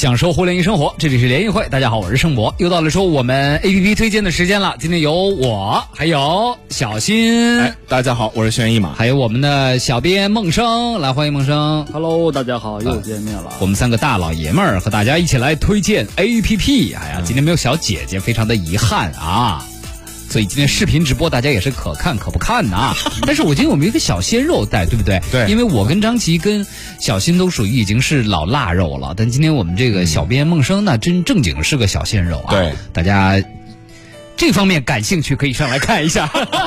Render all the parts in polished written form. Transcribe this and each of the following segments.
享受互联易生活，这里是联谊会。大家好，我是盛博，又到了说我们 APP 推荐的时间了。今天有我，还有小新。 大家好，我是轩逸马， 还有我们的小编梦生。来，欢迎梦生。 Hello， 大家好，又见面了。 我们三个大老爷们儿和大家一起来推荐 APP。哎呀，今天没有小姐姐，非常的遗憾啊。所以今天视频直播大家也是可看可不看呐、但是我今天我们有一个小鲜肉带，对不对？ 对。 因为我跟张琪跟小新都属于已经是老腊肉了，但今天我们这个小编梦生呢，正经是个小鲜肉啊。 对。 大家这方面感兴趣可以上来看一下。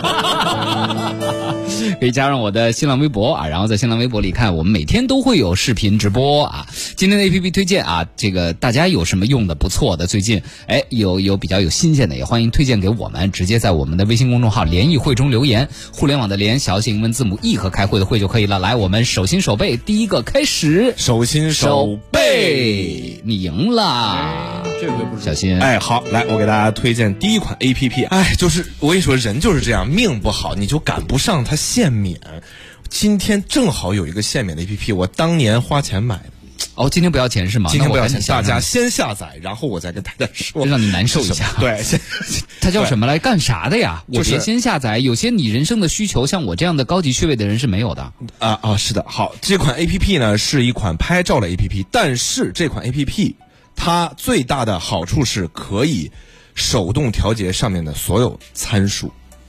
可以加上我的新浪微博啊，然后在新浪微博里看，我们每天都会有视频直播啊。今天的 APP 推荐啊，这个大家有什么用的不错的，最近有比较有新鲜的，也欢迎推荐给我们，直接在我们的微信公众号联谊会中留言，互联网的联，小写英文字母 E 和开会的会就可以了。来，我们手心手背，第一个开始， 手心手背， 你赢了。 这回不是小新。 好，来，我给大家推荐第一款 APP。就是我跟你说，人就是这样，命不好你就赶不上它限免。今天正好有一个限免的 APP， 我当年花钱买的。 哦，今天不要钱是吗？ 今天不要钱，大家先下载，然后我再跟大家说， 让你难受一下。 对， 它叫什么来？干啥的呀？我别先下载，有些你人生的需求，像我这样的高级趣味的人是没有的。 是的。好，这款 APP 呢是一款拍照的 APP， 但是这款 APP 它最大的好处是可以手动调节上面的所有参数。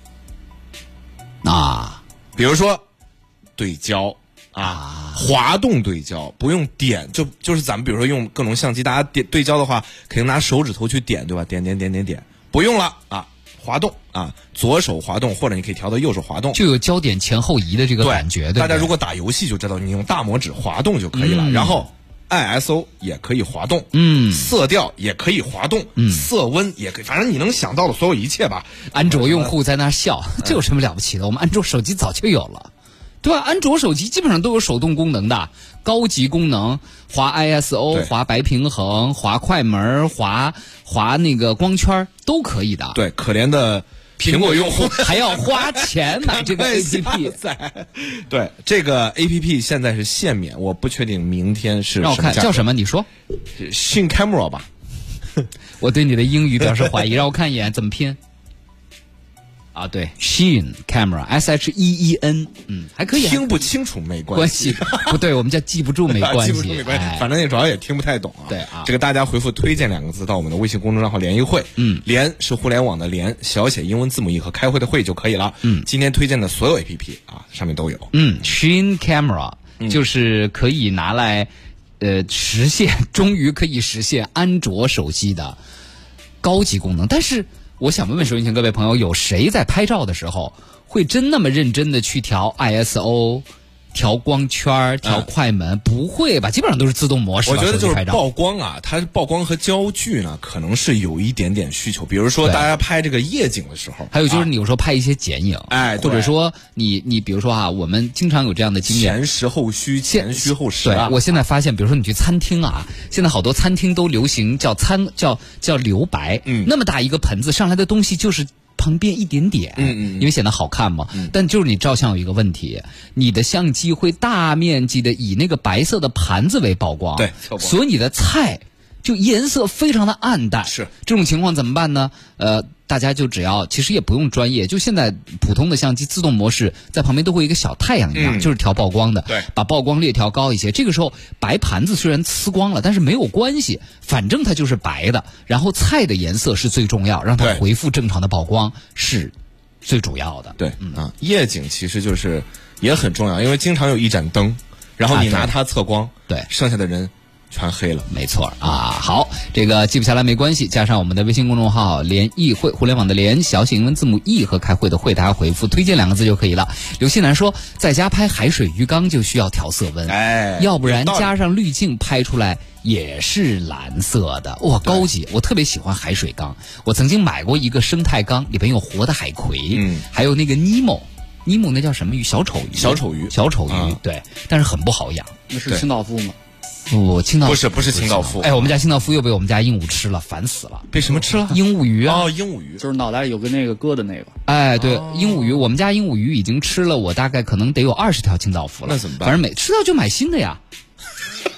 比如说对焦滑动对焦，不用点，就是咱们比如说用各种相机，大家点对焦的话，肯定拿手指头去点，对吧？点，不用了滑动左手滑动，或者你可以调到右手滑动， 就有焦点前后移的这个感觉。对， 大家如果打游戏就知道，你用大拇指滑动就可以了。然后 ISO 也可以滑动，色调也可以滑动，色温也可以，反正你能想到的所有一切吧。 安卓用户在那笑，这有什么了不起的？我们安卓手机早就有了，对吧？安卓手机基本上都有手动功能的，高级功能，滑 ISO， 滑白平衡，滑快门，滑那个光圈都可以的。 对，可怜的苹果用户还要花钱买这个 APP。 对，这个 APP 现在是限免，我不确定明天是什么让我看叫什么？你说 Shin Camera 吧？ 我对你的英语表示怀疑，让我看一眼怎么拼。对 ，Shin Camera SHEEN， 还可以。 听不清楚没关系， 不对，我们叫记不住没关系， 记不住没关系，反正也主要也听不太懂啊。 对这个大家回复推荐2个字到我们的微信公众账号联谊会，联是互联网的联，小写英文字母 E 和开会的会就可以了。今天推荐的所有 APP 上面都有。 Shin Camera 就是可以拿来实现，终于可以实现安卓手机的高级功能，但是。我想问问收音机前各位朋友，有谁在拍照的时候会真那么认真的去调 ISO、调光圈、调快门？不会吧？基本上都是自动模式。 我觉得就是曝光它是曝光和焦距呢，可能是有一点点需求。比如说大家拍这个夜景的时候， 还有就是你有时候拍一些剪影，或者说你比如说我们经常有这样的经验， 前实后虚，前虚后实。 对，我现在发现，比如说你去餐厅现在好多餐厅都流行叫留白，那么大一个盆子上来的东西就是旁边一点点，因为显得好看嘛。但就是你照相有一个问题，你的相机会大面积的以那个白色的盘子为曝光， 对， 所以你的菜就颜色非常的暗淡。 是这种情况怎么办呢？大家就只要其实也不用专业，就现在普通的相机自动模式在旁边都会有一个小太阳一样，就是调曝光的， 对， 把曝光率调高一些。这个时候白盘子虽然呲光了，但是没有关系，反正它就是白的。然后菜的颜色是最重要，让它恢复正常的曝光是最主要的。 对，夜景其实就是也很重要，因为经常有一盏灯，然后你拿它测光， 对， 剩下的人全黑了。 没错好，这个记不下来没关系，加上我们的微信公众号联谊会，互联网的联，小写英文字母 E 和开会的会，大家回复推荐2个字就可以了。刘希南说在家拍海水鱼缸就需要调色温，要不然加上滤镜拍出来也是蓝色的。哇，高级！我特别喜欢海水缸，我曾经买过一个生态缸，里边有活的海葵，还有那个尼莫那叫什么鱼？小丑鱼，对，但是很不好养。 那是清道夫吗？ 不，清道夫不是清道夫。 我们家清道夫又被我们家鹦鹉吃了，烦死了。 被什么吃了？ 鹦鹉鱼鹦鹉鱼就是脑袋有个那个疙瘩那个。 对，鹦鹉鱼，我们家鹦鹉鱼已经吃了我大概可能得有20条清道夫了。 那怎么办？ 反正吃到就买新的呀。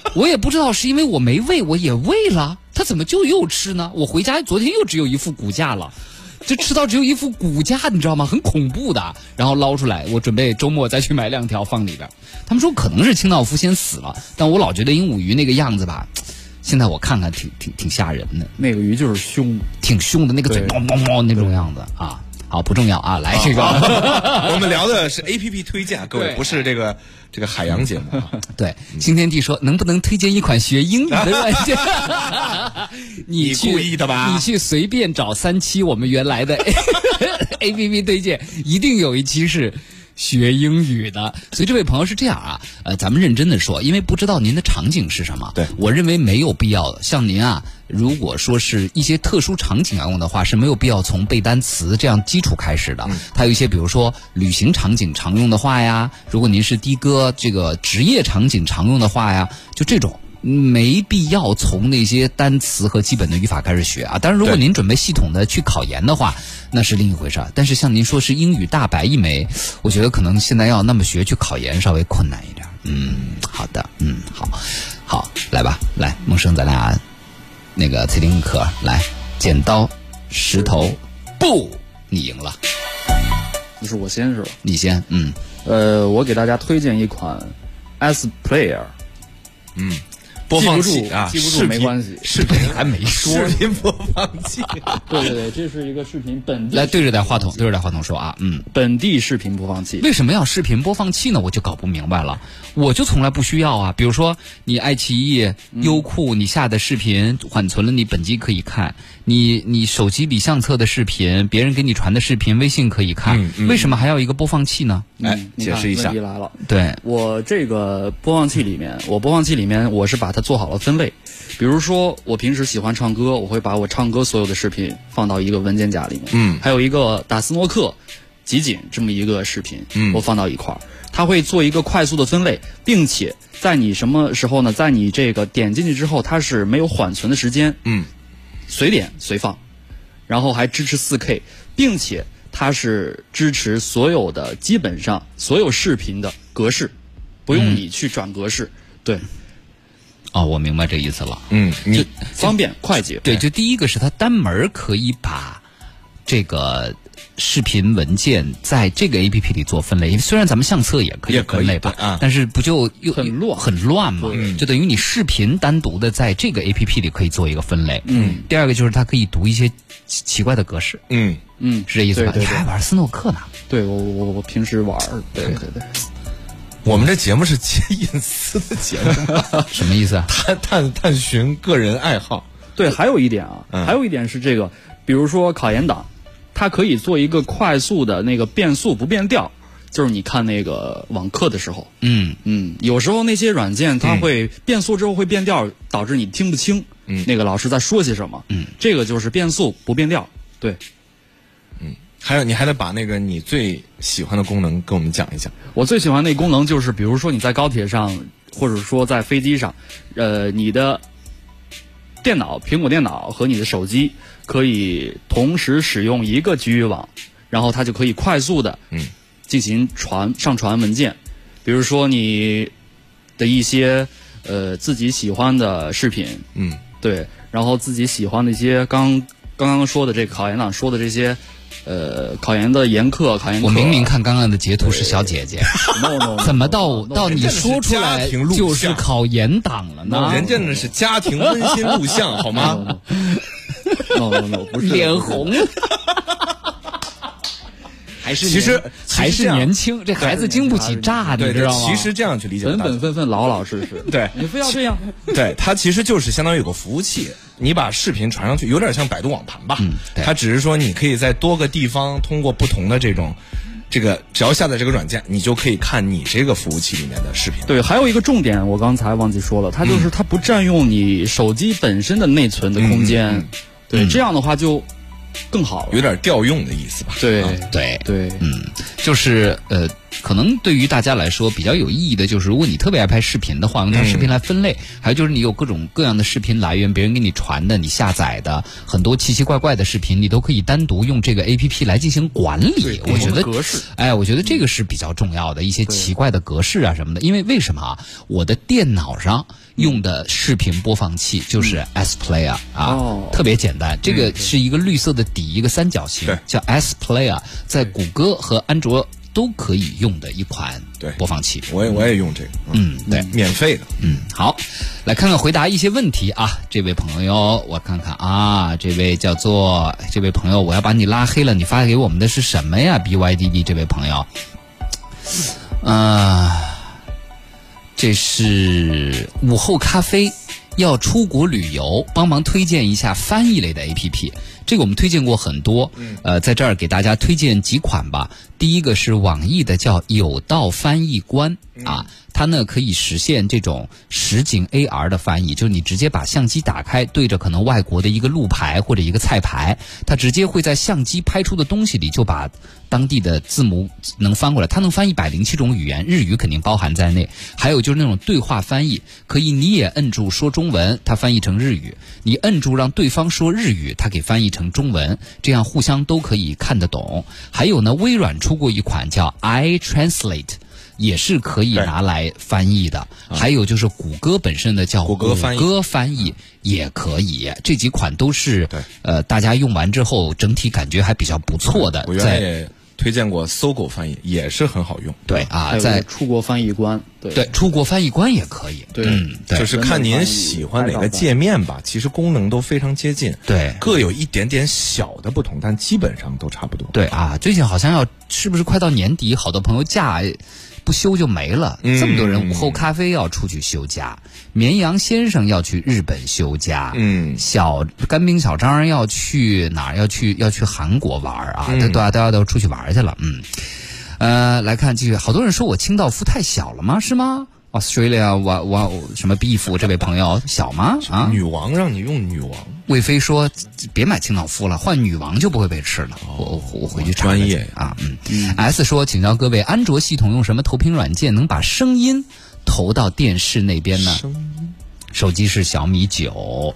我也不知道是因为我没喂，我也喂了，它怎么就又吃呢？我回家昨天又只有一副骨架了。就吃到只有一副骨架，你知道吗？很恐怖的。然后捞出来，我准备周末再去买2条放里边。他们说可能是清道夫先死了，但我老觉得鹦鹉鱼那个样子吧，现在我看看挺吓人的。 那个鱼就是凶， 挺凶的，那个嘴猫猫猫那种样子啊。好，不重要啊，来这个， 我们聊的是 APP 推荐，各位不是这个海洋节目啊。 对，新天地说能不能推荐一款学英语的软件？ 你故意的吧？ 你去随便找3期我们原来的 APP 推荐，一定有一期是学英语的。所以这位朋友是这样啊，咱们认真的说，因为不知道您的场景是什么， 对， 我认为没有必要。像您啊，如果说是一些特殊场景要用的话，是没有必要从背单词这样基础开始的。它有一些比如说旅行场景常用的话呀，如果您是的哥这个职业场景常用的话呀，就这种。没必要从那些单词和基本的语法开始学啊。当然，如果您准备系统的去考研的话，那是另一回事。但是像您说是英语大白一枚，我觉得可能现在要那么学去考研稍微困难一点。好的，好，来吧，来，梦生，咱俩那个猜听课，来，剪刀石头布，你赢了。 就是我先是吧？ 你先， 我给大家推荐一款 S Player。 播放器啊， 记不住没关系。 视频还没说， 视频播放器。 对，这是一个视频本地。 来对着点话筒说啊， 本地视频播放器。 为什么要视频播放器呢？我就搞不明白了。我就从来不需要啊。比如说你爱奇艺、优酷，你下的视频缓存了，你本机可以看；你手机里相册的视频，别人给你传的视频，微信可以看。为什么还要一个播放器呢？ 解释一下。 问题来了。 对， 我这个播放器里面，我是把它做好了分类。比如说我平时喜欢唱歌，我会把我唱歌所有的视频放到一个文件夹里面。还有一个打斯诺克集锦这么一个视频，我放到一块儿，它会做一个快速的分类，并且在你什么时候呢？在你这个点进去之后，它是没有缓存的时间，随点随放，然后还支持 4K， 并且它是支持基本上所有视频的格式，不用你去转格式。对。 哦，我明白这意思了。 你方便快捷。 对，就第一个是它单门可以把这个视频文件在这个 APP 里做分类，因为虽然咱们相册也可以分类吧，但是不就又很乱嘛？就等于你视频单独的在这个 APP 里可以做一个分类。第二个就是它可以读一些奇怪的格式。是这意思吧？你还玩斯诺克呢？ 对，我平时玩。对。 我们这节目是接隐私的节目， 什么意思啊？ 探寻个人爱好。 对，还有一点是这个，比如说考研党，它可以做一个快速的那个变速不变调，就是你看那个网课的时候，有时候那些软件它会变速之后会变调，导致你听不清那个老师在说些什么。这个就是变速不变调。对。 还有，你还得把那个你最喜欢的功能跟我们讲一讲。 我最喜欢那功能就是，比如说你在高铁上，或者说在飞机上，你的电脑、苹果电脑和你的手机可以同时使用一个局域网，然后它就可以快速的进行上传文件。比如说你的一些自己喜欢的视频，对，然后自己喜欢的一些刚刚说的这个考研党说的这些。考研的研课， 我明明看刚刚的截图是小姐姐，怎么到你说出来就是考研党了呢？ 人家那是家庭温馨录像，好吗 ？no， 不是脸红。其实还是年轻，这孩子经不起炸，你知道吗？ 其实这样去理解， 本本分分，老老实实。 对， 你非要这样。 对，它其实就是相当于有个服务器，你把视频传上去，有点像百度网盘吧。它只是说你可以在多个地方通过不同的这个，只要下载这个软件，你就可以看你这个服务器里面的视频。 对，还有一个重点，我刚才忘记说了，它就是它不占用你手机本身的内存的空间。对，这样的话就更好了， 有点调用的意思吧？ 对， 就是可能对于大家来说比较有意义的就是，如果你特别爱拍视频的话，用它视频来分类，还有就是你有各种各样的视频来源，别人给你传的、你下载的很多奇奇怪怪的视频，你都可以单独用这个 APP 来进行管理。我觉得格式， 我觉得这个是比较重要的，一些奇怪的格式啊什么的。因为为什么啊？我的电脑上用的视频播放器就是 S Player 特别简单，这个是一个绿色的底，一个三角形，叫 S Player， 在谷歌和安卓都可以用的一款播放器。 我也用这个， 对， 免费的。 好，来看看回答一些问题啊。这位朋友，我看看啊，这位朋友，我要把你拉黑了，你发给我们的是什么呀 ？BYDD 这位朋友，这是午后咖啡要出国旅游，帮忙推荐一下翻译类的 APP。这个我们推荐过很多，在这儿给大家推荐几款吧。第一个是网易的叫有道翻译官它呢可以实现这种实景 AR 的翻译，就是你直接把相机打开，对着可能外国的一个路牌或者一个菜牌，它直接会在相机拍出的东西里就把当地的字母能翻过来。它能翻107种语言，日语肯定包含在内。还有就是那种对话翻译，可以你也摁住说中文，它翻译成日语；你摁住让对方说日语，它给翻译成中文，这样互相都可以看得懂。还有呢，微软出过一款叫 iTranslate，也是可以拿来翻译的。还有就是谷歌本身的叫谷歌翻译也可以。这几款都是大家用完之后整体感觉还比较不错的。 我原来也推荐过搜狗翻译，也是很好用。 对在出国翻译官， 对出国翻译官也可以。 对， 就是看您喜欢哪个界面吧。其实功能都非常接近， 对， 各有一点点小的不同，但基本上都差不多。 对最近好像是不是快到年底，好多朋友假不休就没了，这么多人午后咖啡要出去休假，绵羊先生要去日本休假，小干冰小张要去哪儿？要去韩国玩都出去玩去了。来看继续，好多人说我清道夫太小了吗？是吗？Australia 我什么 beef 这位朋友小吗？ 女王让你用女王。 魏飞说别买清道夫了，换女王就不会被吃了。我回去查专业 S 说请教各位，安卓系统用什么投屏软件能把声音投到电视那边呢？手机是小米9。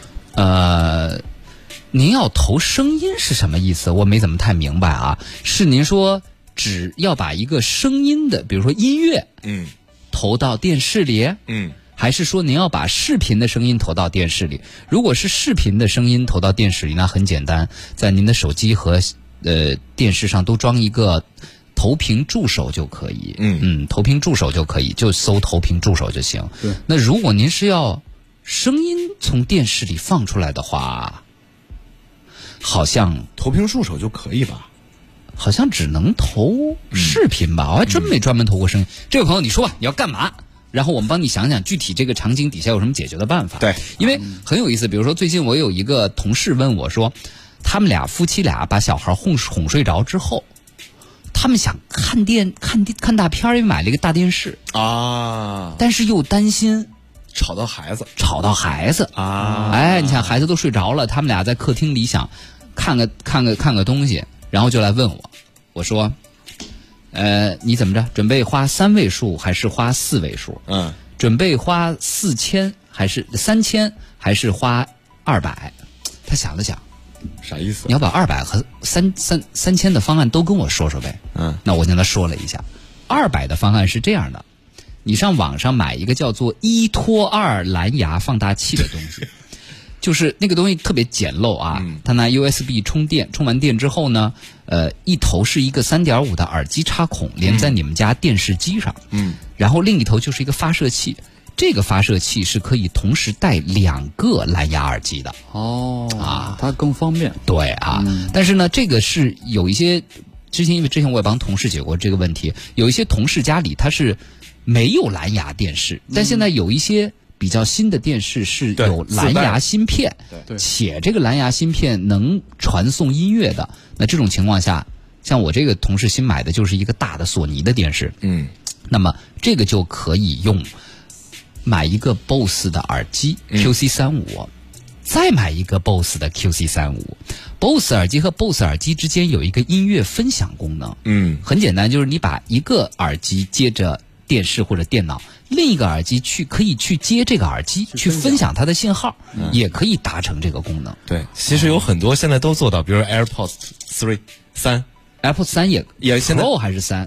您要投声音是什么意思？我没怎么太明白是您说只要把一个声音的，比如说音乐投到电视里，还是说您要把视频的声音投到电视里？如果是视频的声音投到电视里，那很简单，在您的手机和电视上都装一个投屏助手就可以。投屏助手就可以，就搜投屏助手就行。那如果您是要声音从电视里放出来的话，好像投屏助手就可以吧？ 好像只能投视频吧？我还真没专门投过声音。这位朋友，你说吧，你要干嘛？然后我们帮你想想具体这个场景底下有什么解决的办法。 对， 因为很有意思。比如说最近我有一个同事问我说，他们夫妻俩把小孩哄睡着之后，他们想看大片，因为买了一个大电视但是又担心吵到孩子你想孩子都睡着了，他们俩在客厅里想看个东西，然后就来问我说你怎么着？准备花3位数还是花4位数？准备花4000还是3000还是花200？他想了想， 啥意思？ 你要把200和3000的方案都跟我说说呗。那我跟他说了一下，200的方案是这样的，你上网上买一个叫做1拖2蓝牙放大器的东西。就是那个东西特别简陋它拿 USB 充电，充完电之后呢，一头是一个3.5的耳机插孔，连在你们家电视机上，然后另一头就是一个发射器，这个发射器是可以同时带2个蓝牙耳机的。 它更方便。 对但是呢，这个是有一些因为之前我也帮同事解过这个问题，有一些同事家里他是没有蓝牙电视，但现在有一些比较新的电视是有蓝牙芯片，且这个蓝牙芯片能传送音乐的。那这种情况下，像我这个同事新买的就是一个大的索尼的电视，那么这个就可以买一个 BOSS 的耳机QC35， 再买一个 BOSS 的 QC35。BOSS 耳机和 BOSS 耳机之间有一个音乐分享功能。很简单，就是你把一个耳机接着电视或者电脑，另一个耳机可以去接这个耳机，去分享它的信号，也可以达成这个功能。 对，其实有很多现在都做到，比如 AirPods 3。AirPods 3 也现在 Pro 还是3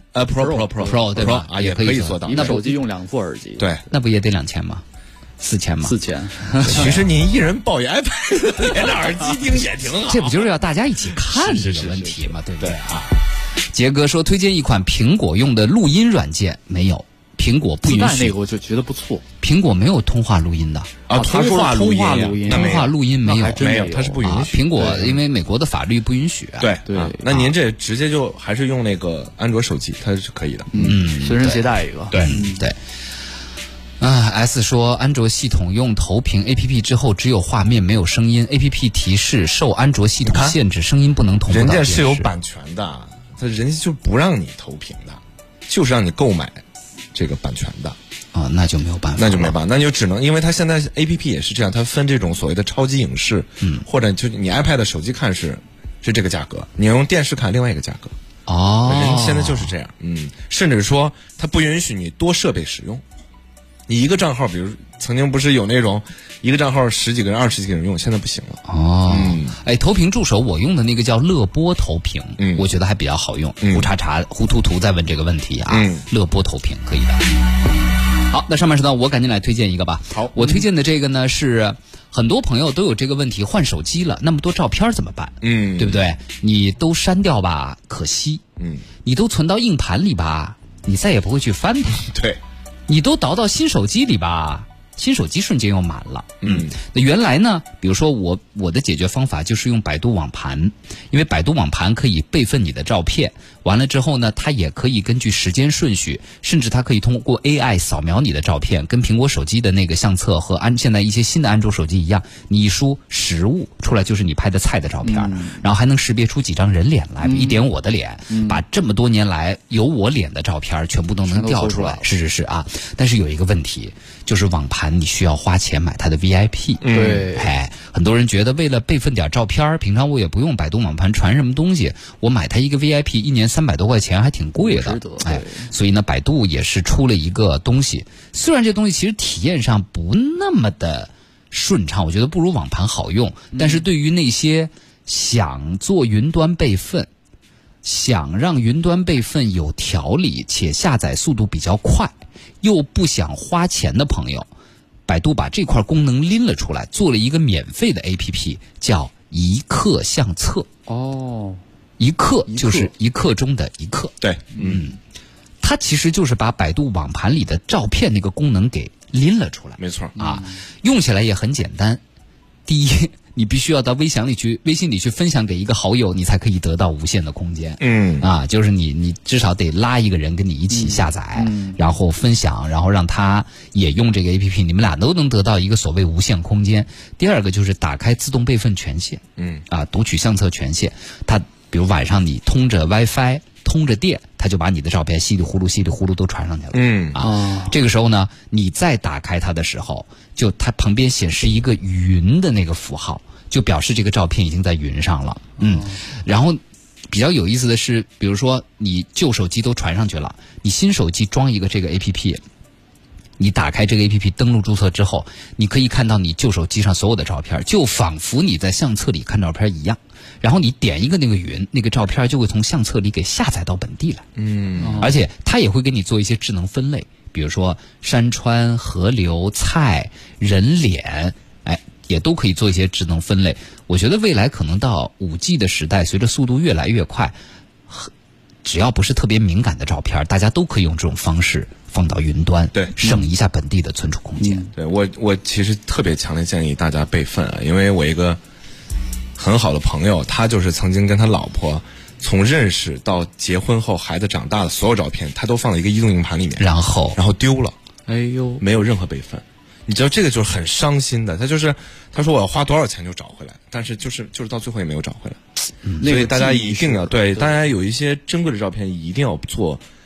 Pro 对吧？ 也可以做到。 一个手机用2副耳机， 对， 那不也得2000吗？4000吗 ？4000。 其实您一人抱一 iPad 连着耳机听也挺好。 这不就是要大家一起看这个问题吗？对不对啊？杰哥说推荐一款苹果用的录音软件，没有，苹果不允许。 那个我就觉得不错。 苹果没有通话录音的通话录音没有， 它是不允许。 苹果因为美国的法律不允许。 对，那您这直接就还是用那个安卓手机，它是可以的。 随身携带一个。 对。S 说安卓系统用投屏 APP 之后只有画面没有声音 ，APP 提示受安卓系统限制，声音不能同步到电视。 人家是有版权的，人家就不让你投屏的，就是让你购买这个版权的。 那就没有办法， 那就只能，因为它现在 APP 也是这样，它分这种所谓的超级影视，或者就你 iPad 手机看是这个价格，你用电视看另外一个价格。人现在就是这样，甚至说它不允许你多设备使用。你一个账号，比如曾经不是有那种一个账号10几个人、20几个人用，现在不行了。 投屏助手我用的那个叫乐播投屏，我觉得还比较好用。胡图图在问这个问题啊，乐播投屏可以的。好，那上半时段我赶紧来推荐一个吧。 好， 我推荐的这个呢是很多朋友都有这个问题，换手机了，那么多照片怎么办？对不对？你都删掉吧，可惜。你都存到硬盘里吧，你再也不会去翻它。 对。 你都导到新手机里吧，新手机瞬间又满了。那原来呢，比如说我的解决方法就是用百度网盘，因为百度网盘可以备份你的照片，完了之后呢，它也可以根据时间顺序，甚至它可以通过 AI 扫描你的照片，跟苹果手机的那个相册和现在一些新的安卓手机一样，你一输食物出来就是你拍的菜的照片，然后还能识别出几张人脸来，一点我的脸，把这么多年来有我脸的照片全部都能调出来。是啊，但是有一个问题，就是网盘你需要花钱买它的 VIP。 对， 很多人觉得为了备份点照片，平常我也不用百度网盘传什么东西，我买它一个 VIP，一年300多块钱，还挺贵的。所以呢，百度也是出了一个东西，虽然这东西其实体验上不那么的顺畅，我觉得不如网盘好用，但是对于那些想做云端备份，想让云端备份有条理且下载速度比较快，又不想花钱的朋友，百度把这块功能拎了出来，做了一个免费的 APP， 叫一刻相册。一刻就是一刻中的一刻。 对， 它其实就是把百度网盘里的照片那个功能给拎了出来。 没错用起来也很简单。第一，你必须要到微信里去分享给一个好友，你才可以得到无限的空间。就是你至少得拉一个人跟你一起下载，然后分享，然后让他也用这个 APP， 你们俩都能得到一个所谓无限空间。第二个就是打开自动备份权限，读取相册权限。它比如晚上你通着 WiFi 通着电，它就把你的照片稀里呼噜都传上去了。这个时候呢，你再打开它的时候，就它旁边显示一个云的那个符号，就表示这个照片已经在云上了。然后比较有意思的是，比如说你旧手机都传上去了，你新手机装一个这个 APP， 你打开这个 APP 登录注册之后，你可以看到你旧手机上所有的照片，就仿佛你在相册里看照片一样。然后你点一个那个云，那个照片就会从相册里给下载到本地来。而且它也会给你做一些智能分类，比如说山川、河流、菜、人脸，也都可以做一些智能分类。我觉得未来可能到5G 的时代，随着速度越来越快，只要不是特别敏感的照片，大家都可以用这种方式放到云端， 对， 省一下本地的存储空间。 对，我其实特别强烈建议大家备份因为我一个很好的朋友，他就是曾经跟他老婆从认识到结婚后孩子长大的所有照片，他都放在一个移动硬盘里面， 然后丢了，没有任何备份。你知道这个就是很伤心的，他说我要花多少钱就找回来，但是就是到最后也没有找回来。所以大家一定要大家有一些珍贵的照片一定要做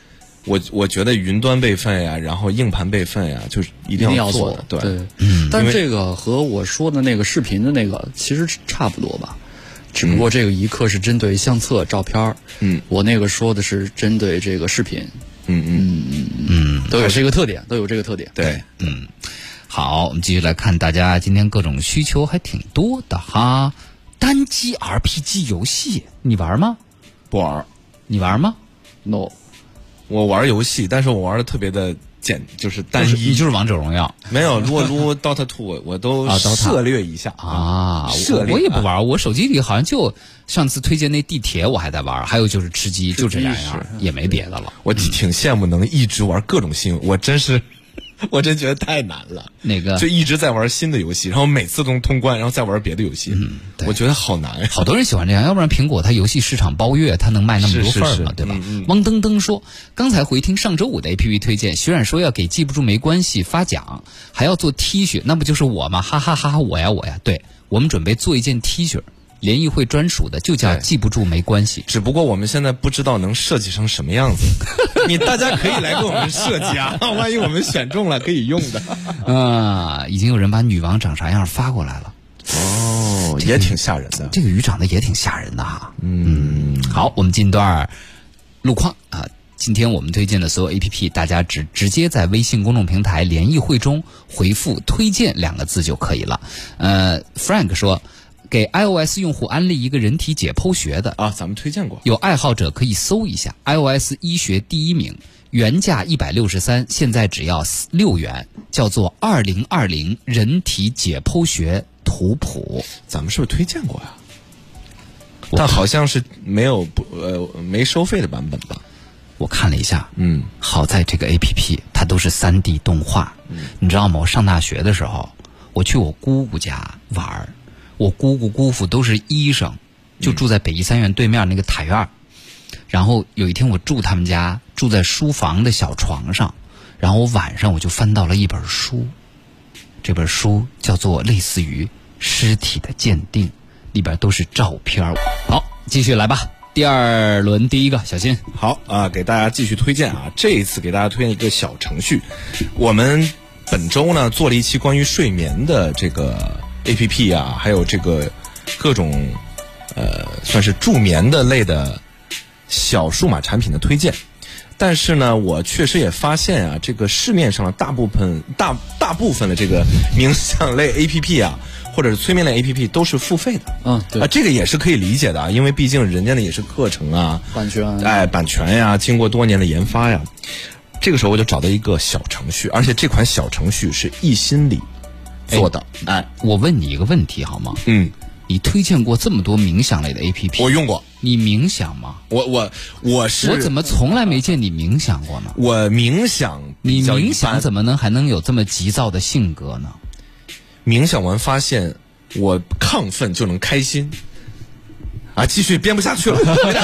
我觉得云端备份呀，然后硬盘备份呀，就是一定要做的。对， 但是这个和我说的那个视频的那个其实差不多吧，只不过这个一刻是针对相册照片我那个说的是针对这个视频。都有这个特点， 对， 好，我们继续来看大家今天各种需求还挺多的哈。单机 RPG 游戏你玩吗？ 不玩。 你玩吗？ No， 我玩游戏，但是我玩的特别的就是单一， 你就是王者荣耀。 没有撸 Dota 2，我都涉略一下啊。 我也不玩，我手机里好像就上次推荐那地铁我还在玩，还有就是吃鸡，就这两样，也没别的了。 我挺羡慕能一直玩各种新，我真觉得太难了。 那个就一直在玩新的游戏，然后每次都能通关，然后再玩别的游戏。我觉得好难呀。 好多人喜欢这样，要不然苹果它游戏市场包月，它能卖那么多份嘛，对吧？汪登登说，刚才回听上周五的 APP 推荐，徐冉说要给记不住没关系发奖，还要做 T 恤，那不就是我吗？哈哈哈哈，我呀。对，我们准备做一件 T 恤。联谊会专属的，就叫记不住没关系。 只不过我们现在不知道能设计成什么样子，大家可以来给我们设计啊，万一我们选中了可以用的。 已经有人把女王长啥样发过来了。 也挺吓人的。 这个鱼长得也挺吓人的哈。好，我们进段路况啊。今天我们推荐的所有 APP， 大家直接在微信公众平台联谊会中回复推荐2个字就可以了。Frank 说，给 iOS 用户安利一个人体解剖学的啊，咱们推荐过， 有爱好者可以搜一下 iOS 医学第1名，原价163，现在只要6元，叫做2020人体解剖学图谱。 咱们是不是推荐过呀？但好像是没收费的版本吧？ 我看了一下，好在这个 APP 它都是3D 动画。你知道吗？我上大学的时候，我去我姑姑家玩。我姑姑姑父都是医生，就住在北医3院对面那个塔院。然后有一天我住他们家，住在书房的小床上，然后晚上我就翻到了一本书，这本书叫做类似于尸体的鉴定，里边都是照片。好，继续来吧。第2轮第一个，小新。 好啊，给大家继续推荐啊，这一次给大家推荐一个小程序。我们本周呢做了一期关于睡眠的这个APP 啊，还有这个各种算是助眠的类的小数码产品的推荐。但是呢，我确实也发现啊，这个市面上的大部分的这个冥想类 APP 啊，或者是催眠类 APP 都是付费的。 对啊，这个也是可以理解的啊，因为毕竟人家的也是课程啊，版权呀，经过多年的研发呀。这个时候我就找到一个小程序，而且这款小程序是易心理做的。 我问你一个问题好吗？你推荐过这么多冥想类的 APP， 我用过。 你冥想吗？ 我怎么从来没见你冥想过呢？ 我冥想， 你冥想怎么还能有这么急躁的性格呢？ 冥想完发现我亢奋就能开心。啊，继续编不下去了。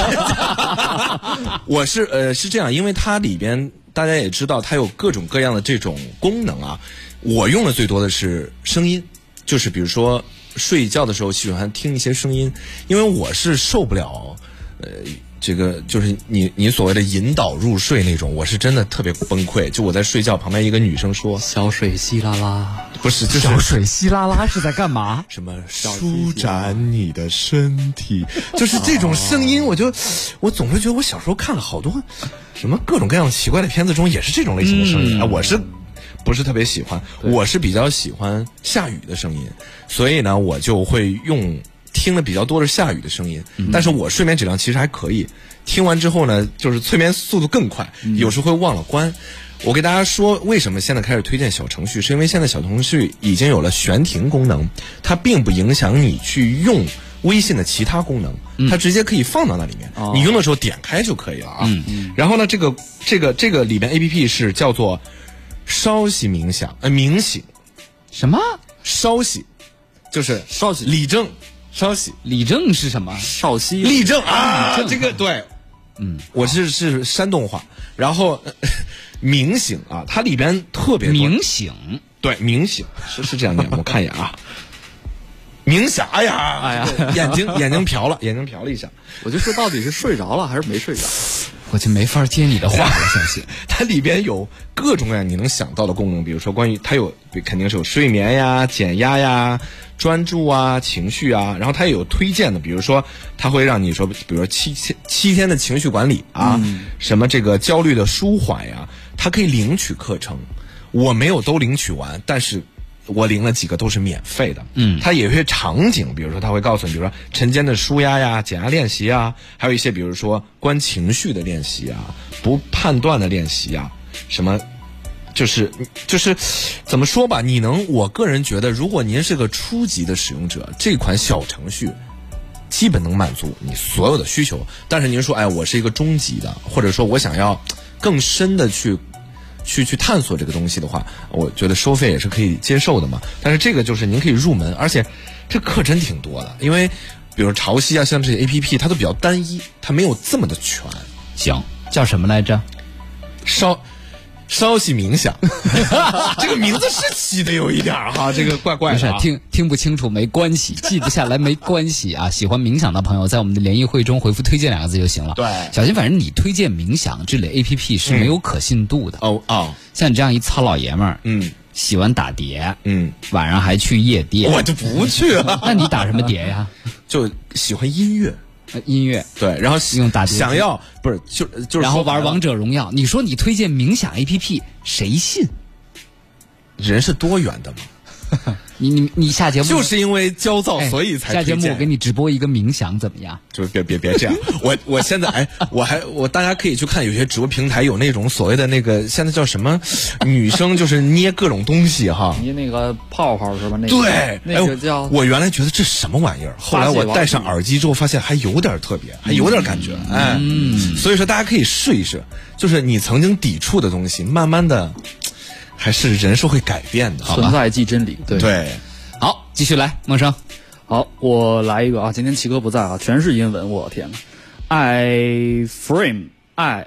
我是这样，因为它里边大家也知道，它有各种各样的这种功能啊。我用的最多的是声音，就是比如说睡觉的时候喜欢听一些声音，因为我是受不了这个就是你所谓的引导入睡那种，我是真的特别崩溃。就我在睡觉，旁边一个女生说小水稀拉拉， 不是，就是小水稀拉拉是在干嘛？ 什么舒展你的身体，就是这种声音，我总是觉得我小时候看了好多什么各种各样奇怪的片子中也是这种类型的声音啊，我是不是特别喜欢？我是比较喜欢下雨的声音，所以呢，我就会听的比较多的下雨的声音，但是我睡眠质量其实还可以。听完之后呢，就是催眠速度更快，有时候会忘了关。我给大家说，为什么现在开始推荐小程序，是因为现在小程序已经有了悬停功能，它并不影响你去用微信的其他功能，它直接可以放到那里面，你用的时候点开就可以了啊。然后呢，这个里边 APP 是叫做稍息冥想，冥醒。 什么？ 稍息，就是稍息， 理正。稍息， 理正是什么？ 少息， 立正啊，这个对，我是山东话，然后冥醒啊，它里边特别多冥醒， 对，冥醒是这样念，我看一眼啊，冥想，哎呀，眼睛瞟了一下， 我就说到底是睡着了还是没睡着？ 我就没法接你的话了，相信。 它里边有各种各样你能想到的功能，比如说关于它肯定是有睡眠呀、减压呀、专注啊、情绪啊，然后它也有推荐的，比如说它会让你说，比如说七天的情绪管理啊，什么这个焦虑的舒缓呀，它可以领取课程。我没有都领取完，但是我领了几个都是免费的。它也有些场景，比如说它会告诉你，比如说晨间的舒压呀、减压练习啊，还有一些比如说关情绪的练习啊、不判断的练习啊，什么就是怎么说吧，我个人觉得，如果您是个初级的使用者，这款小程序基本能满足你所有的需求。但是您说，哎，我是一个中级的，或者说我想要更深的去探索这个东西的话，我觉得收费也是可以接受的嘛。但是这个就是您可以入门，而且这课真挺多的，因为比如潮汐啊，像这些 APP 它都比较单一，它没有这么的全。 行，叫什么来着？ 稍息冥想，这个名字是起的有一点哈，这个怪怪的、啊。 听不清楚没关系，记不下来没关系啊。喜欢冥想的朋友，在我们的联谊会中回复"推荐"2个字就行了。 对， 小心，反正你推荐冥想这类 APP 是没有可信度的。像你这样一糙老爷们儿，喜欢打碟，晚上还去夜店， 我就不去了。 那你打什么碟呀？ 就喜欢音乐。 音乐对，然后用打碟想要不是就是然后玩王者荣耀。你说你推荐冥想 APP， 谁信？ 人是多元的嘛。 你下节目就是因为焦躁，所以才下节目我给你直播一个冥想怎么样？ 就别这样。我现在大家可以去看，有些直播平台有那种所谓的那个现在叫什么女生就是捏各种东西哈， 捏那个泡泡是吧？那个、 对， 那个叫我原来觉得这什么玩意儿，后来我戴上耳机之后发现还有点特别，还有点感觉，所以说大家可以试一试，就是你曾经抵触的东西，慢慢的。还是人是会改变的， 存在即真理。 对， 好，继续来，梦生。 好，我来一个啊，今天奇哥不在啊，全是英文，我天哪 ！iFrame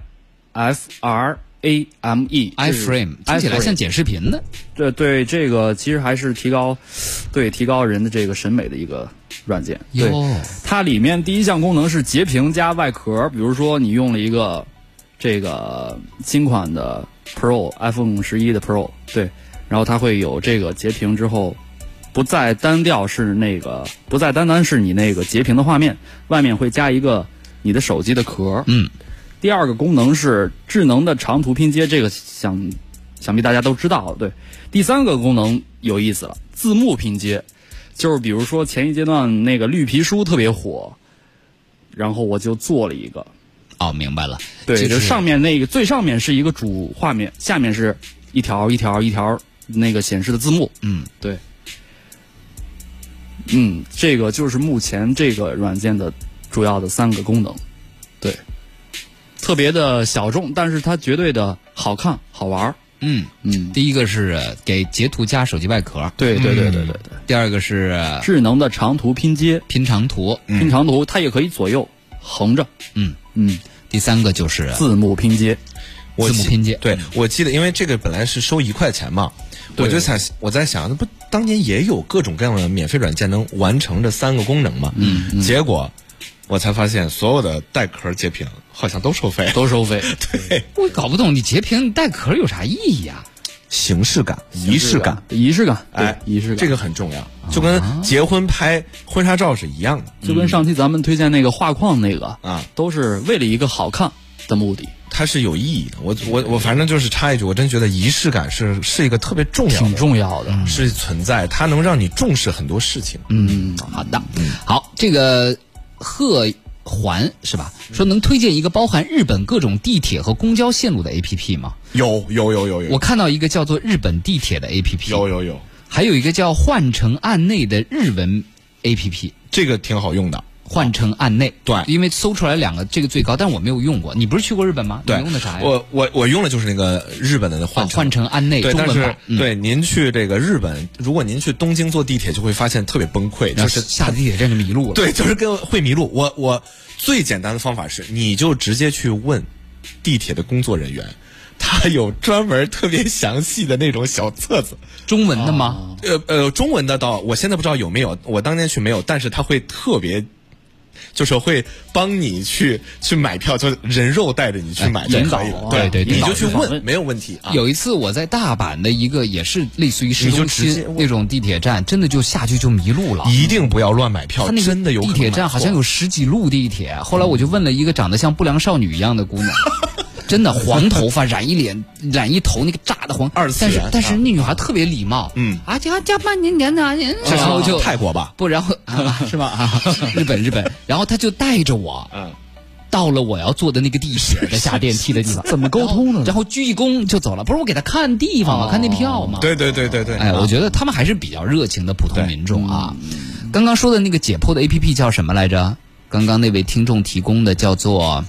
iFrame 听起来像剪视频的。 对，这个其实还是提高人的这个审美的一个软件。对，它里面第一项功能是截屏加外壳，比如说你用了一个这个新款的 iPhone 11的 Pro， 对，然后它会有这个截屏之后，不再单单是你那个截屏的画面，外面会加一个你的手机的壳。第二个功能是智能的长图拼接，这个想必大家都知道。对，第三个功能有意思了，字幕拼接，就是比如说前一阶段那个绿皮书特别火，然后我就做了一个。 明白了。 对，就上面那个最上面是一个主画面，下面是一条那个显示的字幕。对。这个就是目前这个软件的主要的3个功能。对。特别的小众，但是它绝对的好看好玩。 第一个是给截图加手机外壳。 对。 第二个是智能的长图拼接， 拼长图， 它也可以左右横着。 第三个就是字幕拼接。 对，我记得，因为这个本来是收1块钱嘛，我在想，那不当年也有各种各样的免费软件能完成这3个功能嘛？结果我才发现，所有的带壳截屏好像都收费。对， 我搞不懂你截屏带壳有啥意义呀？ 形式感、仪式感， 仪式感， 这个很重要，就跟结婚拍婚纱照是一样的， 就跟上期咱们推荐那个画框那个都是为了一个好看的目的， 它是有意义的。我反正就是插一句，我真觉得仪式感是一个特别重要的， 挺重要的， 是存在，它能让你重视很多事情。 好的，好，这个贺环是吧？说能推荐一个包含日本各种地铁和公交线路的 APP 吗？ 有。 我看到一个叫做日本地铁的 APP， 有。 还有一个叫换乘案内的日文 APP， 这个挺好用的。 换乘案内， 对， 因为搜出来2个，这个最高，但我没有用过。你不是去过日本吗？ 对， 你用的啥呀？ 我用的就是那个日本的换乘案内， 对， 中文版。 对，您去这个日本，如果您去东京坐地铁，就会发现特别崩溃，就是下地铁站就迷路了。 对，就是会迷路。我最简单的方法是，你就直接去问地铁的工作人员。他有专门特别详细的那种小册子， 中文的吗？ 中文的我现在不知道有没有，我当年去没有，但是他会特别就是会帮你去买票，就人肉带着你去买就可以了。 对， 你就去问，没有问题啊。 有一次我在大阪的一个也是类似于市中心那种地铁站，真的就下去就迷路了。 一定不要乱买票， 他那个真的有可能地铁站好像有10几路地铁。后来我就问了一个长得像不良少女一样的姑娘。真的黄头发，染一头那个炸的黄，但是那女孩特别礼貌，加半年的，然后就泰国吧， 不，然后是吧？日本，然后他就带着我，到了我要坐的那个地铁的下电梯的地方， 怎么沟通呢？ 然后鞠一躬就走了，不是我给他看地方嘛，看那票嘛。 对。 哎，我觉得他们还是比较热情的普通民众啊。刚刚说的那个解剖的 APP 叫什么来着？刚刚那位听众提供的叫做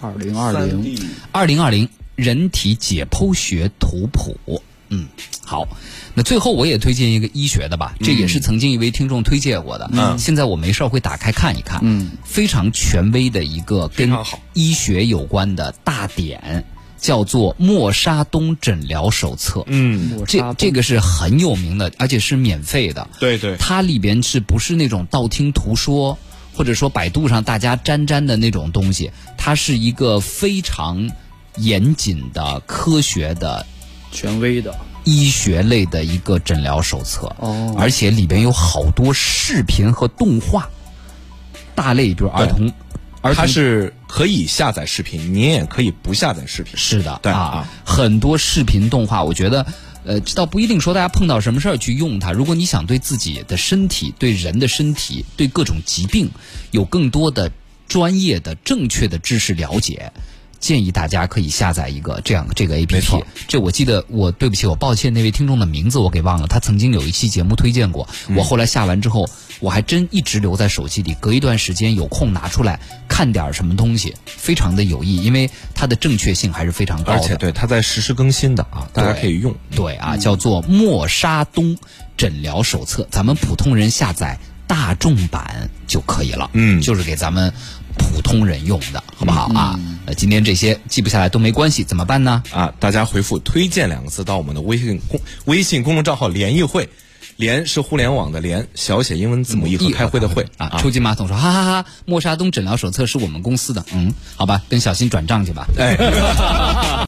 2020人体解剖学图谱。好，那最后我也推荐一个医学的吧，这也是曾经一位听众推荐我的。现在我没事会打开看一看。非常权威的一个跟医学有关的大典，叫做默沙东诊疗手册。这个是很有名的，而且是免费的。 对， 它里边是不是那种道听途说？或者说百度上大家沾的那种东西，它是一个非常严谨的、科学的、 权威的医学类的一个诊疗手册。而且里边有好多视频和动画，大类比如儿童， 它是可以下载视频，你也可以不下载视频。 是的，很多视频动画，我觉得。这倒不一定说大家碰到什么事儿去用它。如果你想对自己的身体、对人的身体、对各种疾病有更多的专业的、正确的知识了解，建议大家可以下载一个这个 APP。这我记得，对不起，我抱歉那位听众的名字我给忘了，他曾经有一期节目推荐过。我后来下完之后，我还真一直留在手机里，隔一段时间有空拿出来看点什么东西，非常的有益，因为它的正确性还是非常高的。 而且对，它在实时更新的啊，大家可以用。 对啊，叫做默沙东诊疗手册，咱们普通人下载大众版就可以了。就是给咱们普通人用的，好不好啊？今天这些记不下来都没关系，怎么办呢？ 大家回复推荐2个字到我们的微信公众账号联谊会，联是互联网的联，小写英文字母 E 和开会的会啊。抽筋马桶说哈哈哈，默沙东诊疗手册是我们公司的，好吧，跟小新转账去吧。